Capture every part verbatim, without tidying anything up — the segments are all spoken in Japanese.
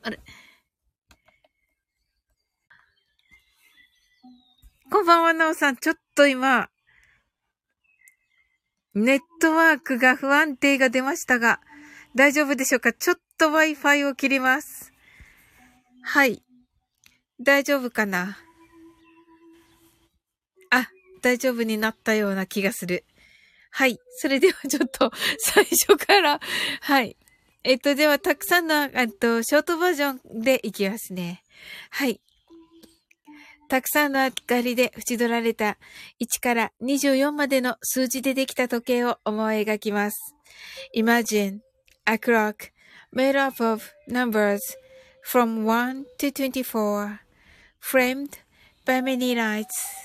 あれ。こんばんは、なおさん。ちょっと今、ネットワークが不安定が出ましたが、大丈夫でしょうか？ちょっと Wi-Fi を切ります。はい。大丈夫かな？あ、大丈夫になったような気がする。はい。それではちょっと最初から、はい。えっと、ではたくさんの、えっと、ショートバージョンでいきますね。はい。たくさんの明かりで縁取られたいちからにじゅうよんまでの数字でできた時計を思い描きます。Imagine a clock made up of numbers from one to twenty-four, framed by many lights.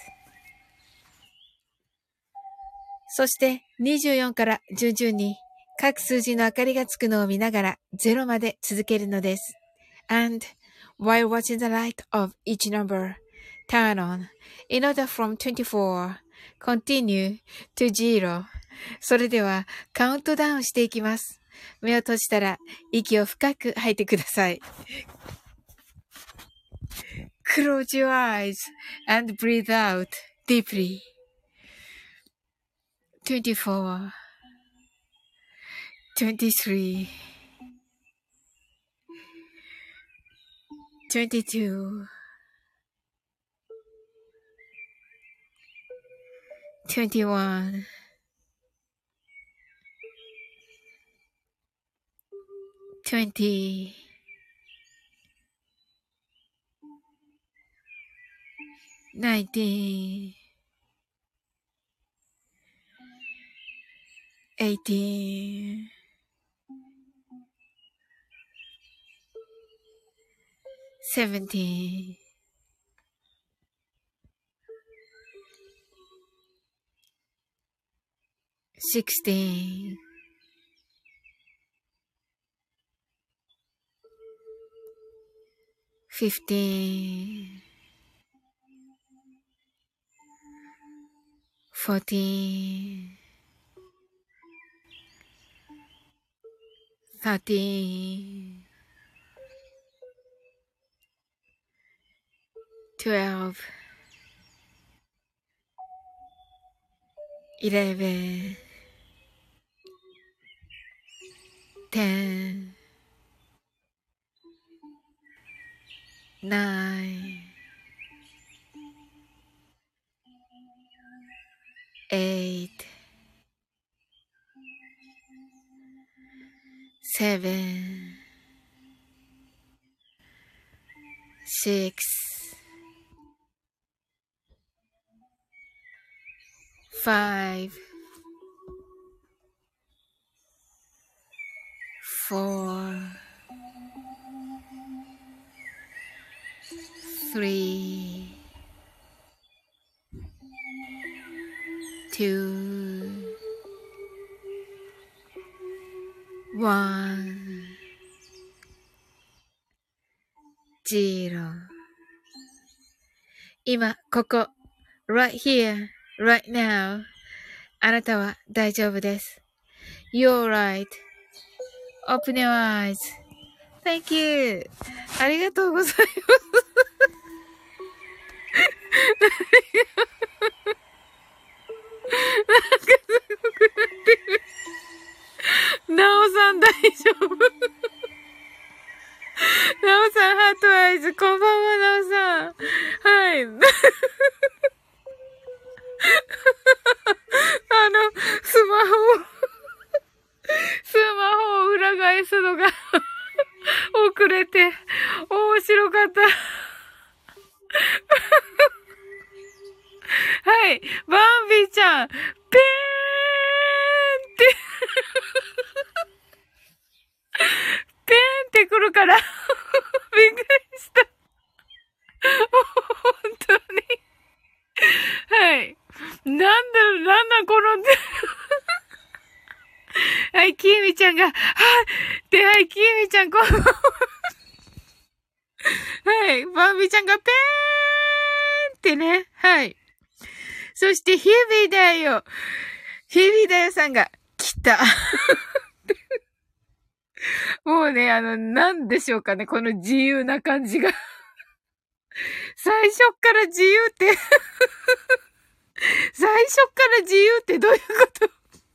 そしてにじゅうよんから順々に各数字の明かりがつくのを見ながらゼロまで続けるのです。And while watching the light of each number turn on in order from twenty-four, continue to zero. それではカウントダウンしていきます。目を閉じたら息を深く吐いてください。Close your eyes and breathe out deeply. twenty-four, twenty-three, twenty-two, twenty-one, twenty, nineteen, eighteen, seventeen, sixteen, fifteen, fourteen, thirteen, twelve, eleven, ten, nine, eight, seven, six, five, four, three, two, one, zero. 今、ここ、right here, right now. あなたは大丈夫です。You're right.Open your eyes. Thank you. ありがとうございます。なんかすごくなってる。なおさん大丈夫。なおさんハートアイズ。こんばんは、なおさん。はい。あの、スマホを、スマホを裏返すのが遅れて、面白かった。はい。バンビーちゃん、ペーンってペーンってくるから、びっくりした。本当に。はい。なんだろう、なんなんこの、はい、きーみちゃんが、はぁってはい、きーみちゃん、こんばんは。はい、バンビちゃんがペーンってね。はい。そして、ヒビだよ。ヒビだよさんが、来た。 もうね、あの、なんでしょうかね、この自由な感じが。最初っから自由って、最初っから自由ってどういうこと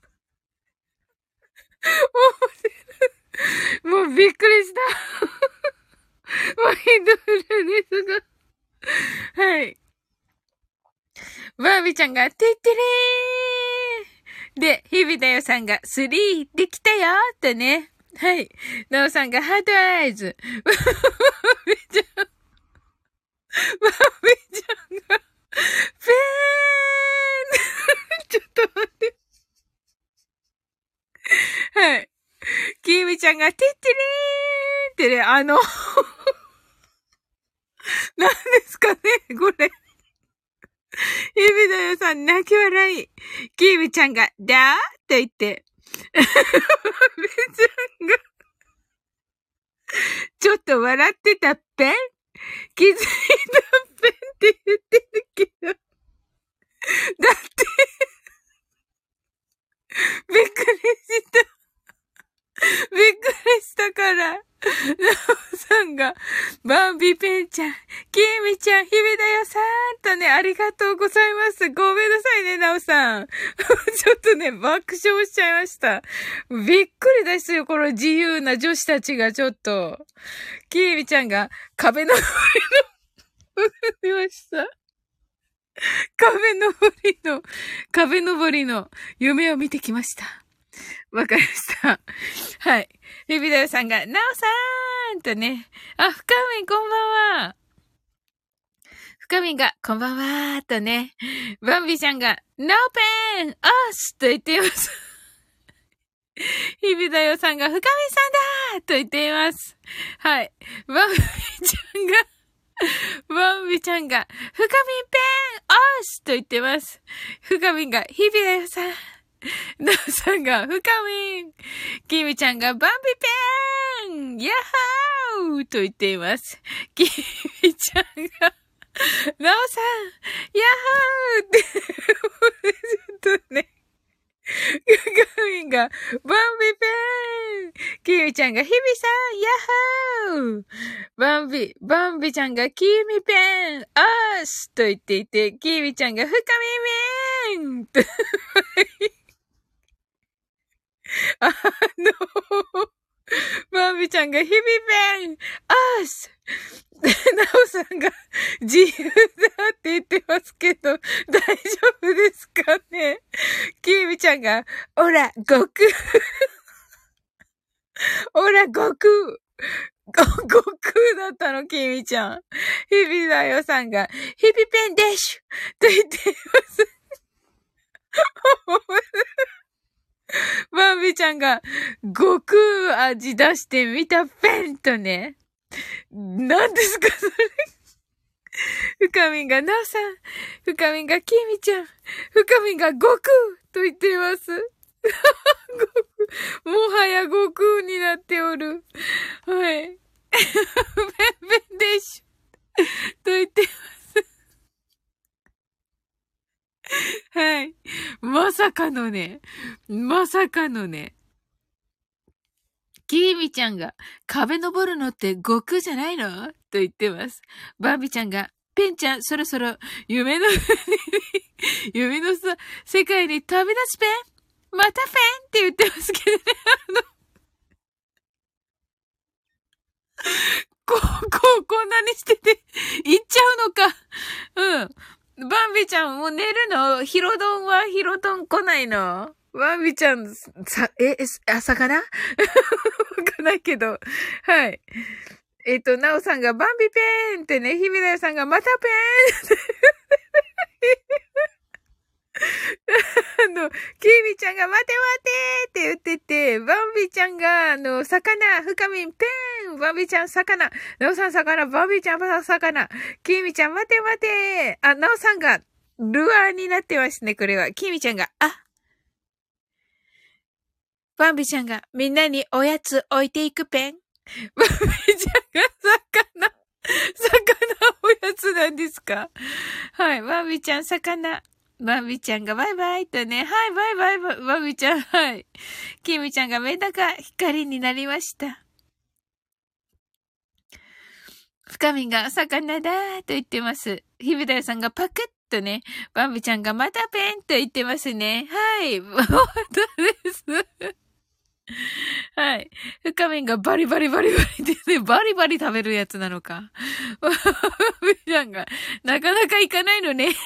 もう、もうびっくりした。もうひどいですが。はい。バービーちゃんが、てってれーで、日々だよさんが、スリーできたよとね。はい。なおさんが、ハートアイズ。バービーちゃん、バービーちゃんが、フェーンちょっと待って。はい。キミちゃんが、てってれーってね、あの、何ですかねこれ。日々だよさん、泣き笑い。キミちゃんが、だーって言って、バービーちゃんが、ちょっと笑ってたっぺん気づいたっぺんって言ってるけど。だって、びっくりした。びっくりしたから。なおさんが、バンビペンちゃん、キミちゃん、ひびだよさんとね、ありがとうございます。ごめんなさいね、なおさん。ちょっとね、爆笑しちゃいました。びっくりですよ、この自由な女子たちがちょっと。キミちゃんが、壁の上の、見ました。壁登りの、壁登りの夢を見てきました。わかりました。はい。ビビダヨさんが、なおさーんとね。あ、深みんこんばんは。深みんが、こんばんはーとね。バンビちゃんが、ノーペンオスと言っています。ビビダヨさんが、深みさんだーと言っています。はい。バンビちゃんが、バンビちゃんが、深みんペンオスと言ってます。深みんが、ビビダヨさん。なおさんが、深みん。きみちゃんが、バンビペンヤッホーと言っています。きみちゃんが、なおさん、ヤッホーって、ちょっとね。深みんが、バンビペンきみちゃんが、ひびさん、ヤッホーバンビ、バンビちゃんが、きみペンアースと言っていて、きみちゃんが、深みめんと、あの、バンビちゃんが日々弁アースナオさんが自由だって言ってますけど、大丈夫ですかねキーミちゃんが、オラ、悟空オラ、悟空悟空だったの、キーミちゃん。日々だよさんが、日々ペンデッシュと言っています。バンビちゃんが、悟空味出してみたペンとね。何ですか、それ。深みんが、なおさん。深みんが、きみちゃん。深みんが、悟空と言っています。もはや悟空になっておる。はい。ペンペンでしょ。と言っています。はい。まさかのね。まさかのね。きみちゃんが、壁登るのって悟空じゃないのと言ってます。バービちゃんが、ペンちゃん、そろそろ、夢の、夢のさ、世界に飛び出すペンまたペンって言ってますけどね、あの、こう、こう、こんなにしてて、行っちゃうのか。うん。バンビちゃん、もう寝るのヒロドンはヒロドン来ないのバンビちゃん、さ、え、あ、魚わかんないけど。はい。えっと、ナオさんがバンビペーンってね、ヒビナヤさんがまたペーンあの、キミちゃんが待て待てって言ってて、バンビちゃんが、あの、魚、深みんペーンバンビちゃん魚、ナオさん魚、バンビちゃん魚、キミちゃん待て待てあ、ナオさんが、ルアーになってますね、これは。キミちゃんが、あ、バンビちゃんがみんなにおやつ置いていくペン。バンビちゃんが魚、魚おやつなんですかはい。バンビちゃん魚。 バンビちゃんがバイバイとね。はい、バイバイバ、バンビちゃん。はい。キミちゃんがメダカ光になりました。深みが魚だーと言ってます。ひびだよさんがパクッとね。バンビちゃんがまたペンと言ってますね。はい。本当です。はい。深みがバリバリバリバリってね、バリバリ食べるやつなのか。バンビちゃんがなかなか行かないのね。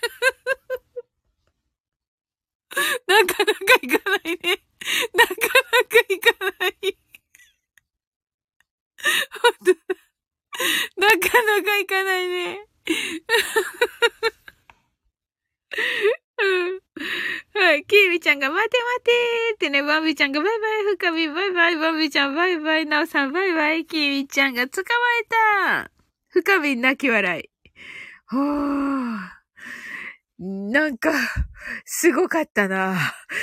なかなか行かないね。なかなか行かない。本当だ。なかなか行かないね。うん。はい。キービちゃんが待て待てーってね、バンビちゃんがバイバイ、深みバイバイ、バンビちゃんバイバイ、ナオさんバイバイ、キービちゃんが捕まえた深み泣き笑い。ほー。なんか、すごかったな。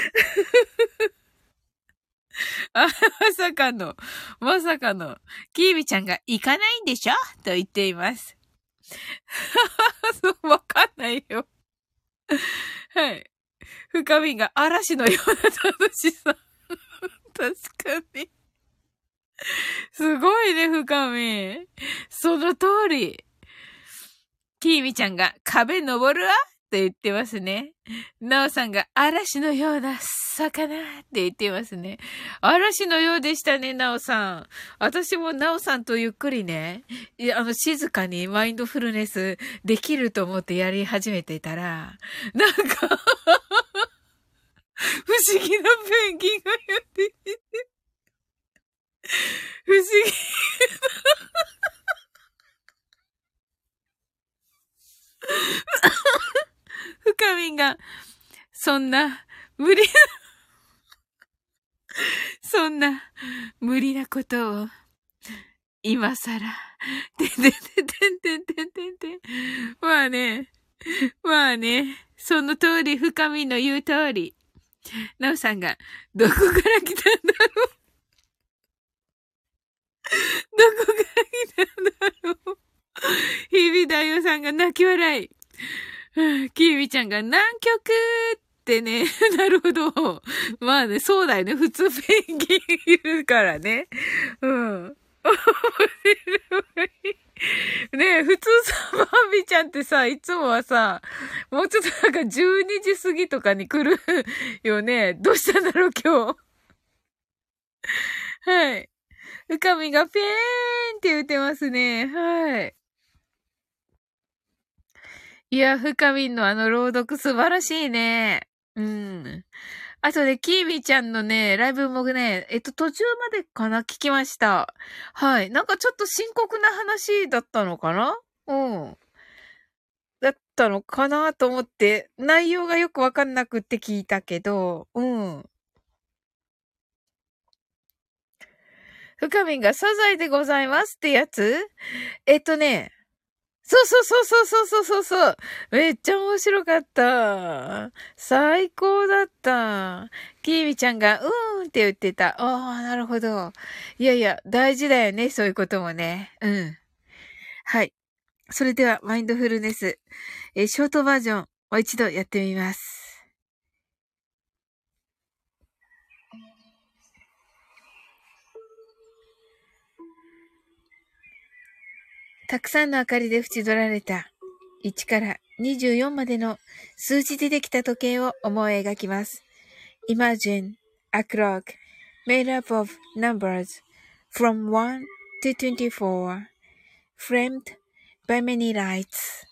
あ、まさかの、まさかの、キービちゃんが行かないんでしょと言っています。そう、わかんないよ。はい。深みが嵐のような楽しさ。確かに。すごいね、深み。その通り。キーミちゃんが壁登るわって言ってますね。ナオさんが嵐のような魚って言ってますね。嵐のようでしたね、ナオさん。私もナオさんとゆっくりね、いや、あの、静かにマインドフルネスできると思ってやり始めていたら、なんか不思議なペンギンがやってきて、不思議。深みんが、そんな、無理な、そんな、無理なことを、今更、てんてんてんてんてんてんてんてん。まあね、まあね、その通り、深みの言う通り。なおさんが、どこから来たんだろうどこから来たんだろう日々だよさんが泣き笑い。キーミちゃんが南極ってね、なるほど。まあね、そうだよね。普通ペンギンいるからね。うん。面白い。ねえ、普通さ、バービーちゃんってさ、いつもはさ、もうちょっとなんかじゅうにじ過ぎとかに来るよね。どうしたんだろう、今日。はい。深みがペーンって言ってますね。はい。いや、深みのあの朗読素晴らしいね。うん。あとで、キーミちゃんのね、ライブもね、えっと、途中までかな聞きました。はい。なんかちょっと深刻な話だったのかなうん。だったのかなと思って、内容がよくわかんなくって聞いたけど、うん。深みがサザエでございますってやつえっとね、そうそうそうそうそうそうそうそう。めっちゃ面白かった。最高だった。きーみちゃんが、うーんって言ってた。ああ、なるほど。いやいや、大事だよね。そういうこともね。うん。はい。それでは、マインドフルネス。えー、ショートバージョン、もう一度やってみます。たくさんの明かりで縁取られたいちからにじゅうよんまでの数字でできた時計を思い描きます。Imagine a clock made up of numbers from one to twenty-four, framed by many lights.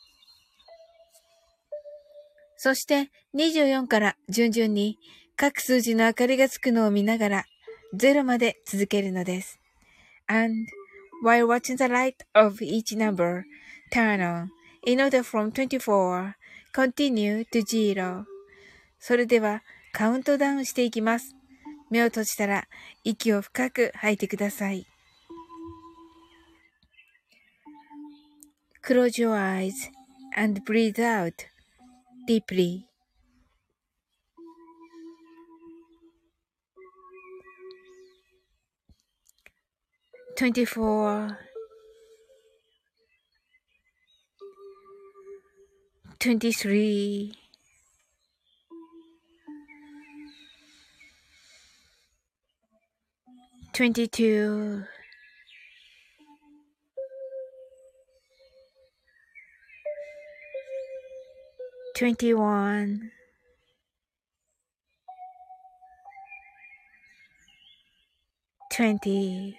そしてにじゅうよんから順々に各数字の明かりがつくのを見ながらゼロまで続けるのです。And while watching the light of each number turn on in order from twenty-four, continue to zero. それではカウントダウンしていきます。目を閉じたら息を深く吐いてください。Close your eyes and breathe out deeply. twenty-four, twenty-three, twenty-two, twenty-one, twenty,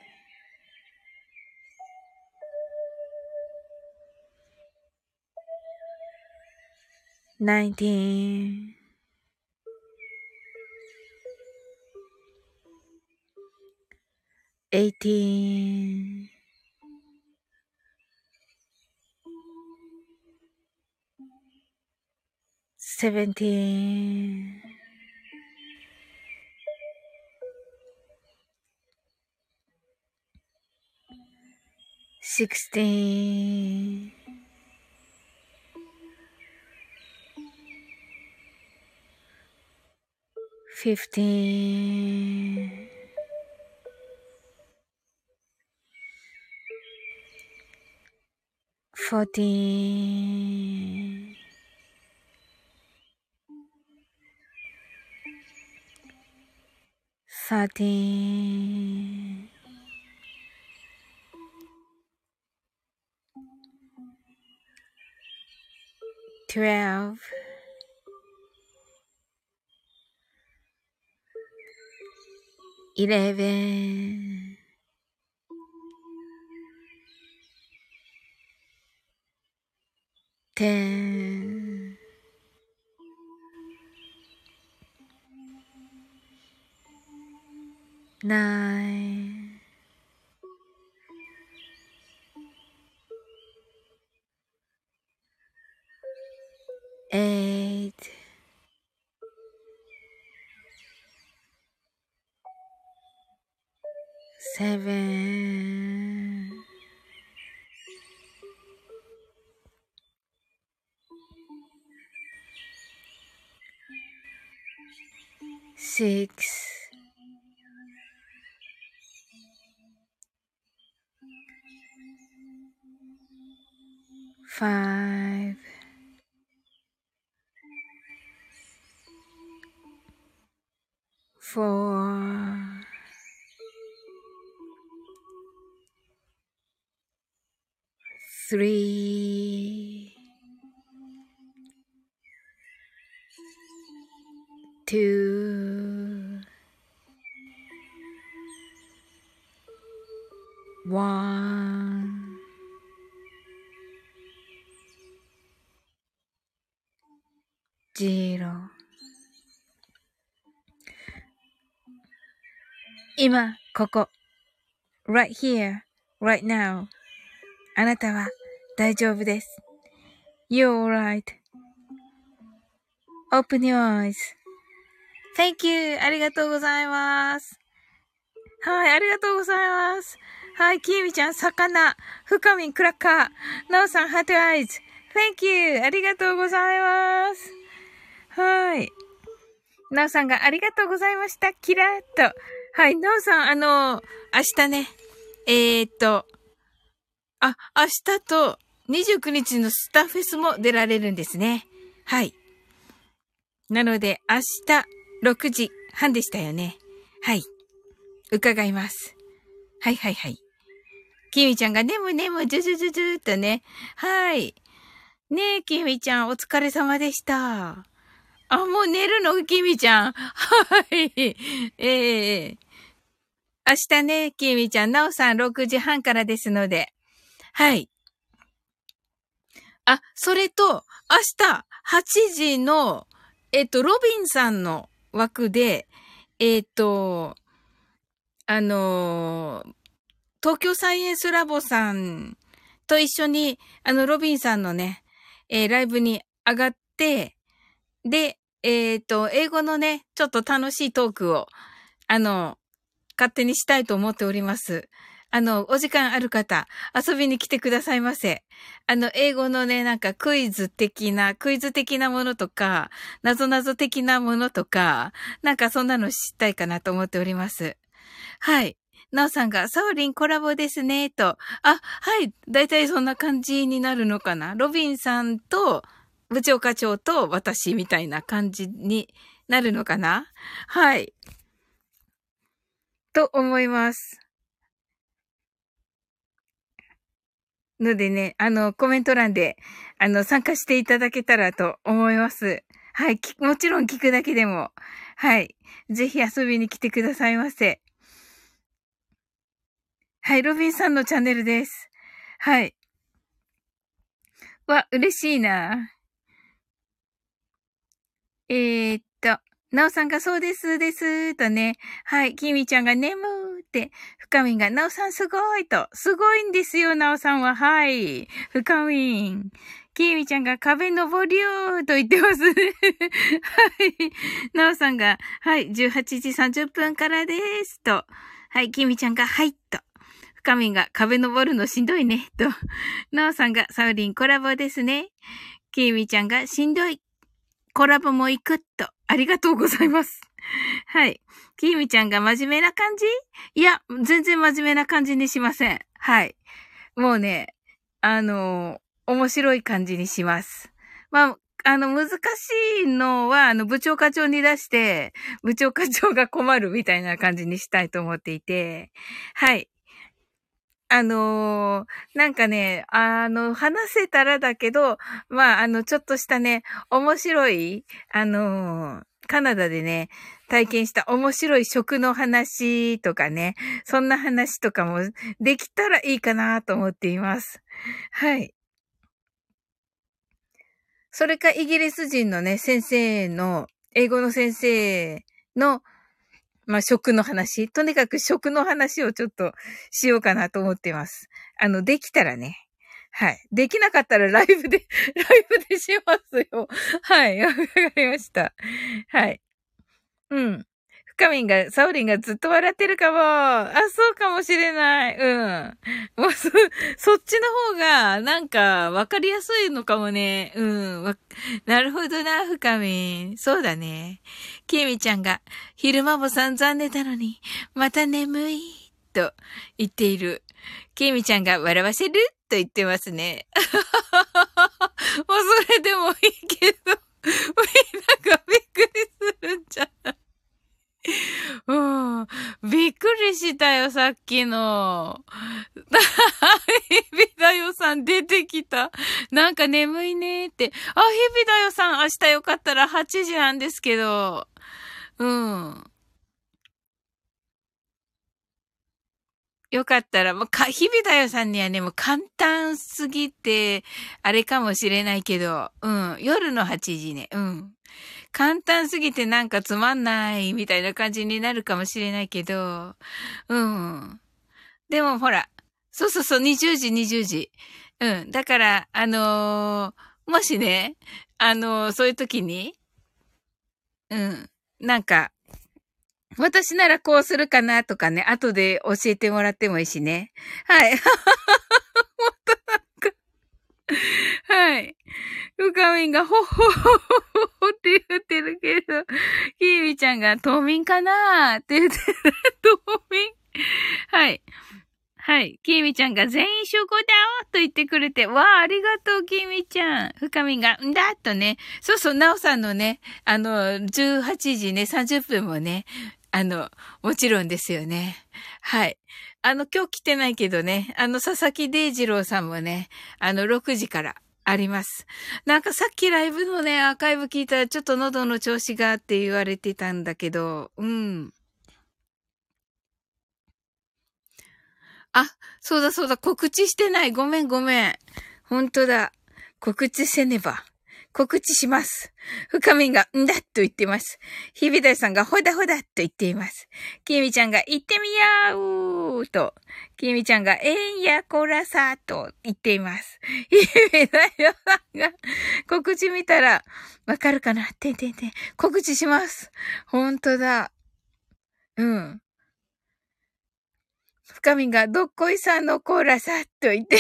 nineteen, eighteen, seventeen, sixteen, fifteen, fourteen, thirteen, twelve, eleven, ten, nine, eight, seven, six, five, four, three, two, one, zero。今、ここ。right here, right now. あなたは大丈夫です。You're alright.Open your eyes.Thank you. ありがとうございます。はい、ありがとうございます。はい、きみちゃん、魚。ふかみん、クラッカー。なおさん、ハートアイズ。Thank you. ありがとうございます。はい。なおさんがありがとうございました。キラーっと。はい、なおさん、あの、明日ね、えー、っと、あ、明日とにじゅうくにちのスターフェスも出られるんですね。はい。なので、明日ろくじはんでしたよね。はい。伺います。はいはいはい。きみちゃんがねむねむじゅじゅじゅじゅーっとね。はい。ねえ、きみちゃんお疲れ様でした。あ、もう寝るのきみちゃん。はい。ええー。明日ね、きみちゃん、なおさんろくじはんからですので。はい。あ、それと、明日はちじの、えっと、ロビンさんの枠で、えっと、あのー、東京サイエンスラボさんと一緒に、あの、ロビンさんのね、えー、ライブに上がって、で、えっと、英語のね、ちょっと楽しいトークを、あの、勝手にしたいと思っております。あの、お時間ある方、遊びに来てくださいませ。あの、英語のね、なんかクイズ的な、クイズ的なものとか、なぞなぞ的なものとか、なんかそんなの知りたいかなと思っております。はい。なおさんが、サオリンコラボですね、と。あ、はい。だいたいそんな感じになるのかな。ロビンさんと、部長課長と私みたいな感じになるのかな。はい。 と思います。のでね、あの、コメント欄で、あの、参加していただけたらと思います。はい。もちろん聞くだけでも。はい。ぜひ遊びに来てくださいませ。はい。ロビンさんのチャンネルです。はい。わ、嬉しいな。えー、っと、なおさんがそうです、です、とね。はい。きみちゃんが眠ーって、深みんが、なおさんすごいと。すごいんですよ、なおさんは。はい。深みん。きみちゃんが壁登りよーと言ってますね。はい。なおさんが、はい。じゅうはちじさんじゅっぷんからです。と。はい。きみちゃんが、はいと。深みんが壁登るのしんどいね。と。なおさんが、サウリンコラボですね。きみちゃんが、しんどい。コラボも行くっと。ありがとうございます。はい。きみちゃんが真面目な感じ？いや、全然真面目な感じにしません。はい。もうね、あのー面白い感じにします。まあ、あの、難しいのは、あの、部長課長に出して、部長課長が困るみたいな感じにしたいと思っていて、はい。あのーなんかね、あの、話せたらだけど、まあ、あの、ちょっとしたね、面白い、あのーカナダでね、体験した面白い食の話とかね、そんな話とかもできたらいいかなと思っています。はい。それかイギリス人のね、先生の、英語の先生のまあ、食の話。とにかく食の話をちょっとしようかなと思っています。あの、できたらね。はい。できなかったらライブで、ライブでしますよ。はい。わかりました。はい。うん。深みんが、サオリンがずっと笑ってるかも。あ、そうかもしれない。うん。もうそ、そっちの方が、なんか、わかりやすいのかもね。うん。わ、なるほどな、深みん。そうだね。きみちゃんが、昼間も散々寝たのに、また眠い、と言っている。きみちゃんが、笑わせると言ってますね。もうそれでもいいけど、みんながびっくりするんじゃない？うん。びっくりしたよ、さっきの。日々だよさん出てきた。なんか眠いねーって。あ、日々だよさん明日よかったらはちじなんですけど。うん。よかったら、もうか、日々だよさんにはね、もう簡単すぎて、あれかもしれないけど、うん。夜のはちじね。うん。簡単すぎてなんかつまんないみたいな感じになるかもしれないけど、うん。でもほら、そうそうそう、にじゅうじ、にじゅうじ。うん。だから、あのーもしね、あのーそういう時に、うん。なんか、私ならこうするかなとかね、後で教えてもらってもいいしね。はい。はい。うかみんがほっほっほっほって言ってるけど、きーみちゃんが冬眠かなーって言ってる。冬眠。はい。はい。きーみちゃんが全員集合だよと言ってくれて、わあ、ありがとう、きーみちゃん。ふかみんが、んだとね。そうそう、なおさんのね、あの、じゅうはちじね、さんじゅっぷんもね、あの、もちろんですよね。はい。あの、今日来てないけどね、あの、佐々木デイジローさんもね、あの、ろくじからあります。なんかさっきライブのね、アーカイブ聞いたらちょっと喉の調子がって言われてたんだけど、うん。あ、そうだそうだ、告知してない。ごめんごめん。ほんとだ。告知せねば。告知します。深みんが、んだと言ってます。ひびだいさんが、ほだほだと言っています。きみちゃんが、行ってみやーと。きみちゃんが、えんやこらさと言っています。ひびだよさんが、告知見たら、わかるかなてんてんてん。告知します。ほんとだ。うん。深みが、どっこいさんのコーラさ、と言って、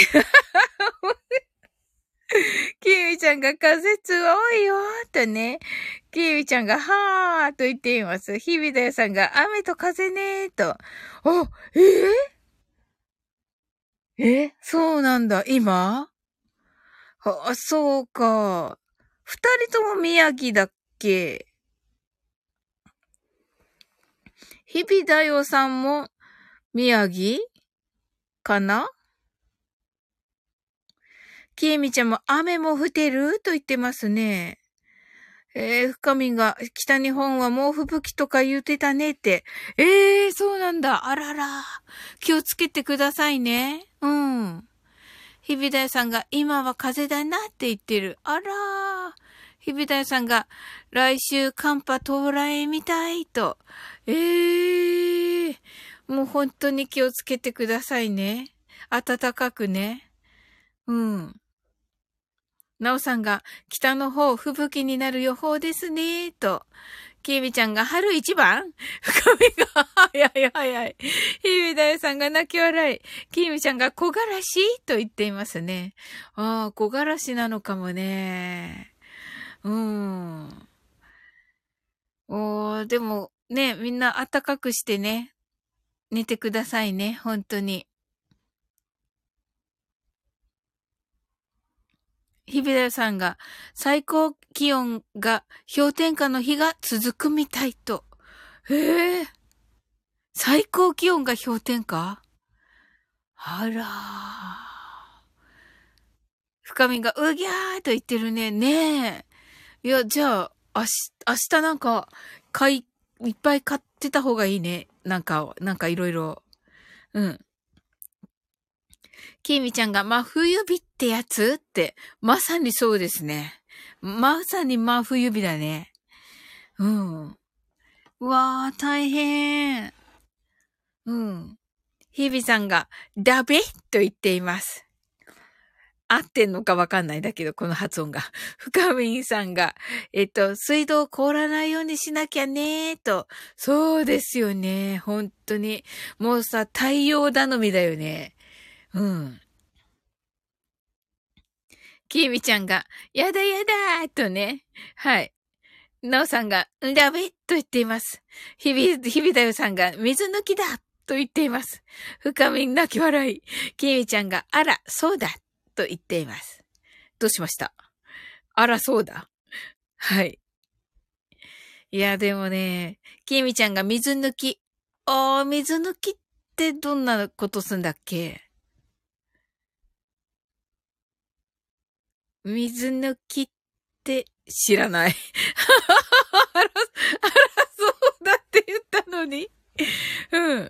キーウィちゃんが風強いよ、とね。キーウィちゃんが、はー、と言っています。日々だよさんが、雨と風ね、と。あ、えー、え、そうなんだ、今あ、そうか。二人とも宮城だっけ？ 日々だよさんも宮城かな？きえみちゃんも雨も降ってると言ってますね。えー、深みが北日本は猛吹雪とか言ってたねって。えー、そうなんだ。あらら。気をつけてくださいね。うん。日々だよさんが今は風だなって言ってる。あらー。日々だよさんが来週寒波到来みたいと。えー、もう本当に気をつけてくださいね。暖かくね。うん。なおさんが北の方吹雪になる予報ですね、と。きえみちゃんが春一番深みが、早い早い。ひびだよさんが泣き笑い。きえみちゃんが木枯らしと言っていますね。ああ、木枯らしなのかもね。うーん。おー、でもね、みんな暖かくしてね、寝てくださいね、本当に。日比谷さんが最高気温が氷点下の日が続くみたいと。ええー、最高気温が氷点下？あらー。深みがうぎゃーと言ってるね。ねえ。いや、じゃあ、明日、明日なんか、買い、いっぱい買ってた方がいいね。なんか、なんかいろいろ。うん。きみちゃんが真冬日ってやつって、まさにそうですね。まさに真冬日だね。うん。うわー、大変。うん。日々さんが、ダベと言っています。合ってんのかわかんないんだけど、この発音が。深みんさんが、えっと、水道凍らないようにしなきゃねーと。そうですよね。本当に。もうさ、太陽頼みだよね。うん。きみちゃんが、やだやだーとね。はい。なおさんが、んだべと言っています。ひび、ひびだよさんが、水抜きだと言っています。深みん泣き笑い。きみちゃんが、あら、そうだと言っています。どうしました？あら、そうだ。はい。いや、でもね、きみちゃんが水抜き。あー、水抜きってどんなことすんだっけ？水抜きって知らない。あら、あら、そうだって言ったのに。うん。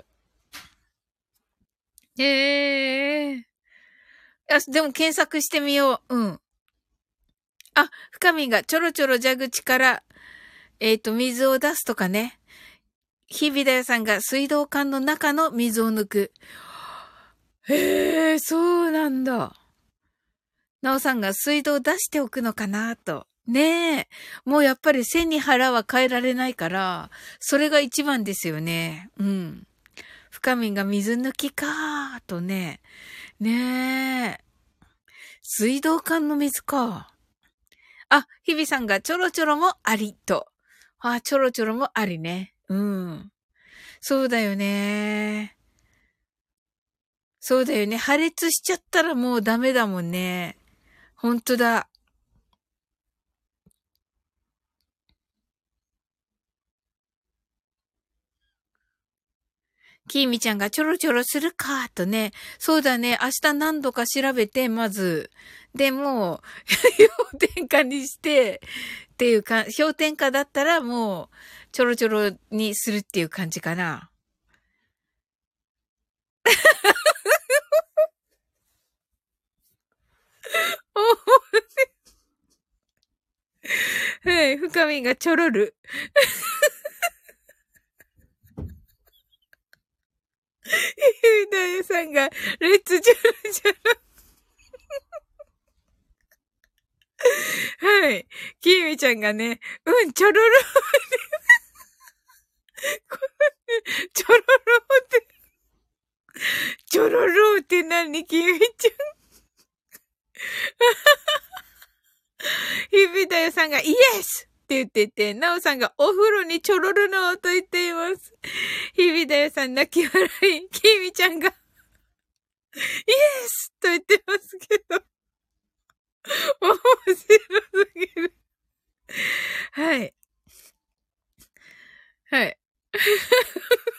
ええー。あ、でも検索してみよう。うん。あ、深みがちょろちょろ蛇口から、えっと、水を出すとかね。日々だよさんが水道管の中の水を抜く。へえ、そうなんだ。なおさんが水道出しておくのかなと。ねえ。もうやっぱり背に腹は変えられないから、それが一番ですよね。うん。深みが水抜きかーとね。ねえ。水道管の水か。あ、日々さんがちょろちょろもありと。あ、ちょろちょろもありね。うん。そうだよね。そうだよね。破裂しちゃったらもうダメだもんね。ほんとだ。きーみちゃんがちょろちょろするか、とね。そうだね。明日何度か調べて、まず。でも、氷点下にして、っていうか、氷点下だったらもう、ちょろちょろにするっていう感じかな。はい、深みがちょろる。ゆうだやさんが、レッツジョロジョロ。はい。きーみちゃんがね、うん、ちょろろ。ちょろろって、ちょろろって何きーみちゃん。ひびだよさんがイエスって言ってて、なおさんがお風呂にちょろるのと言っています。ひびだよさん泣き笑い、きーみちゃんがイエスと言ってますけど、面白すぎる。はい。はい。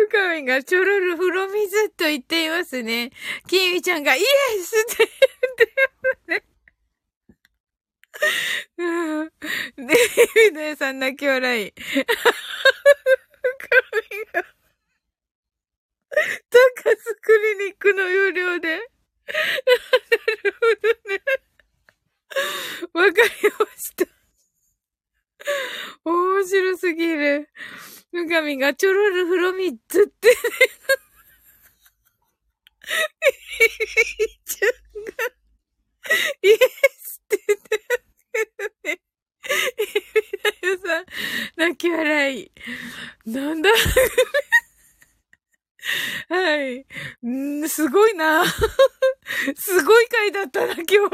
深みがちょろる風呂水と言っていますね。きみちゃんがイエスって言ってますね。うん。で、みなさん泣き笑い。深みが、高須クリニックの有料で。なるほどね。わかりました。面白すぎる。むかみがちょろる風呂みっつってね。ちゃんが、イエスって言ってますけどね。みなよさん、泣き笑い。なんだはい。んー、すごいな。すごい回だったな、今日。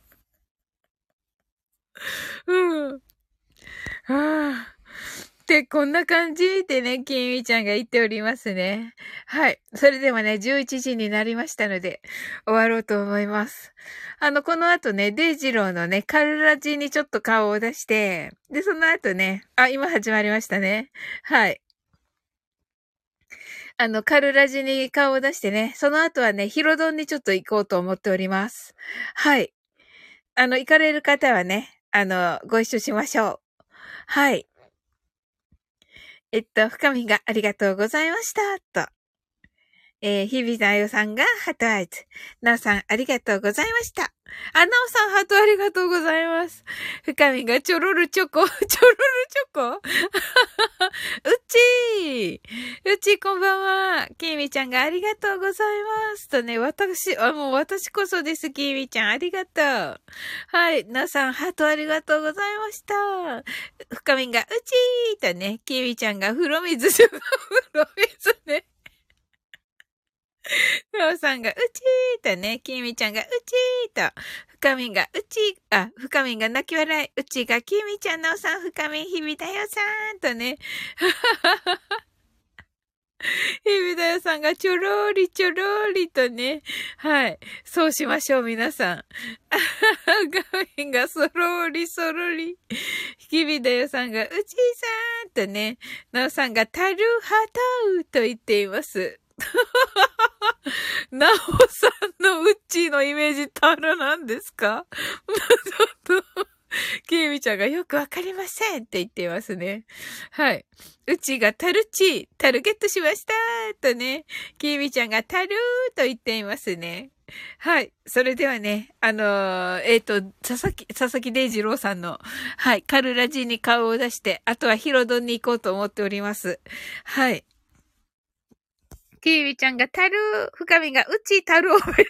うん。はあ。で、こんな感じでね、きみちゃんが言っておりますね。はい。それではね、じゅういちじになりましたので、終わろうと思います。あの、この後ね、デイジローのね、カルラジにちょっと顔を出して、で、その後ね、あ、今始まりましたね。はい。あの、カルラジに顔を出してね、その後はね、ヒロドンにちょっと行こうと思っております。はい。あの、行かれる方はね、あの、ご一緒しましょう。はい。えっと、深みがありがとうございました。と。えー、日々だよさんがハートアイズ。なおさんありがとうございました。あ、なおさんハートありがとうございます。深みがちょろるチョコ、ちょろるチョコうっちーうっちーこんばんは。きみちゃんがありがとうございます。とね、私、あ、もう私こそです、きみちゃん。ありがとう。はい。なおさんハートありがとうございました。深みがうちーとね、きみちゃんが風呂水、風呂水ね。なおさんが、うちーとね、きみちゃんが、うちーと、深みんが、うちー、あ、深みんが泣き笑い、うちが、きみちゃん、なおさん、深みん、ひびだよさんとね、ひびだよさんが、ちょろーり、ちょろーりとね、はい、そうしましょう、皆さん。深みんが、そろーり、そろり、ひびだよさんが、うちーさんとね、なおさんが、たるはたうと言っています。なおさんのウッチーのイメージタルなんですか？ちょっと、キミちゃんがよくわかりませんって言っていますね。はい。うちがタルチー、タルゲットしましたとね、キミちゃんがタルーと言っていますね。はい。それではね、あのー、えっと、佐々木、佐々木デイジローさんの、はい、カルラジに顔を出して、あとはヒロドンに行こうと思っております。はい。キービちゃんがタルー、深みがうちタルおめでとう。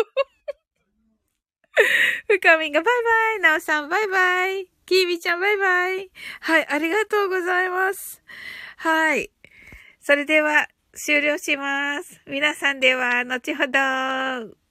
深みがバイバイ、なおさんバイバイ。キービちゃんバイバイ。はい、ありがとうございます。はい。それでは終了します。皆さんでは後ほど。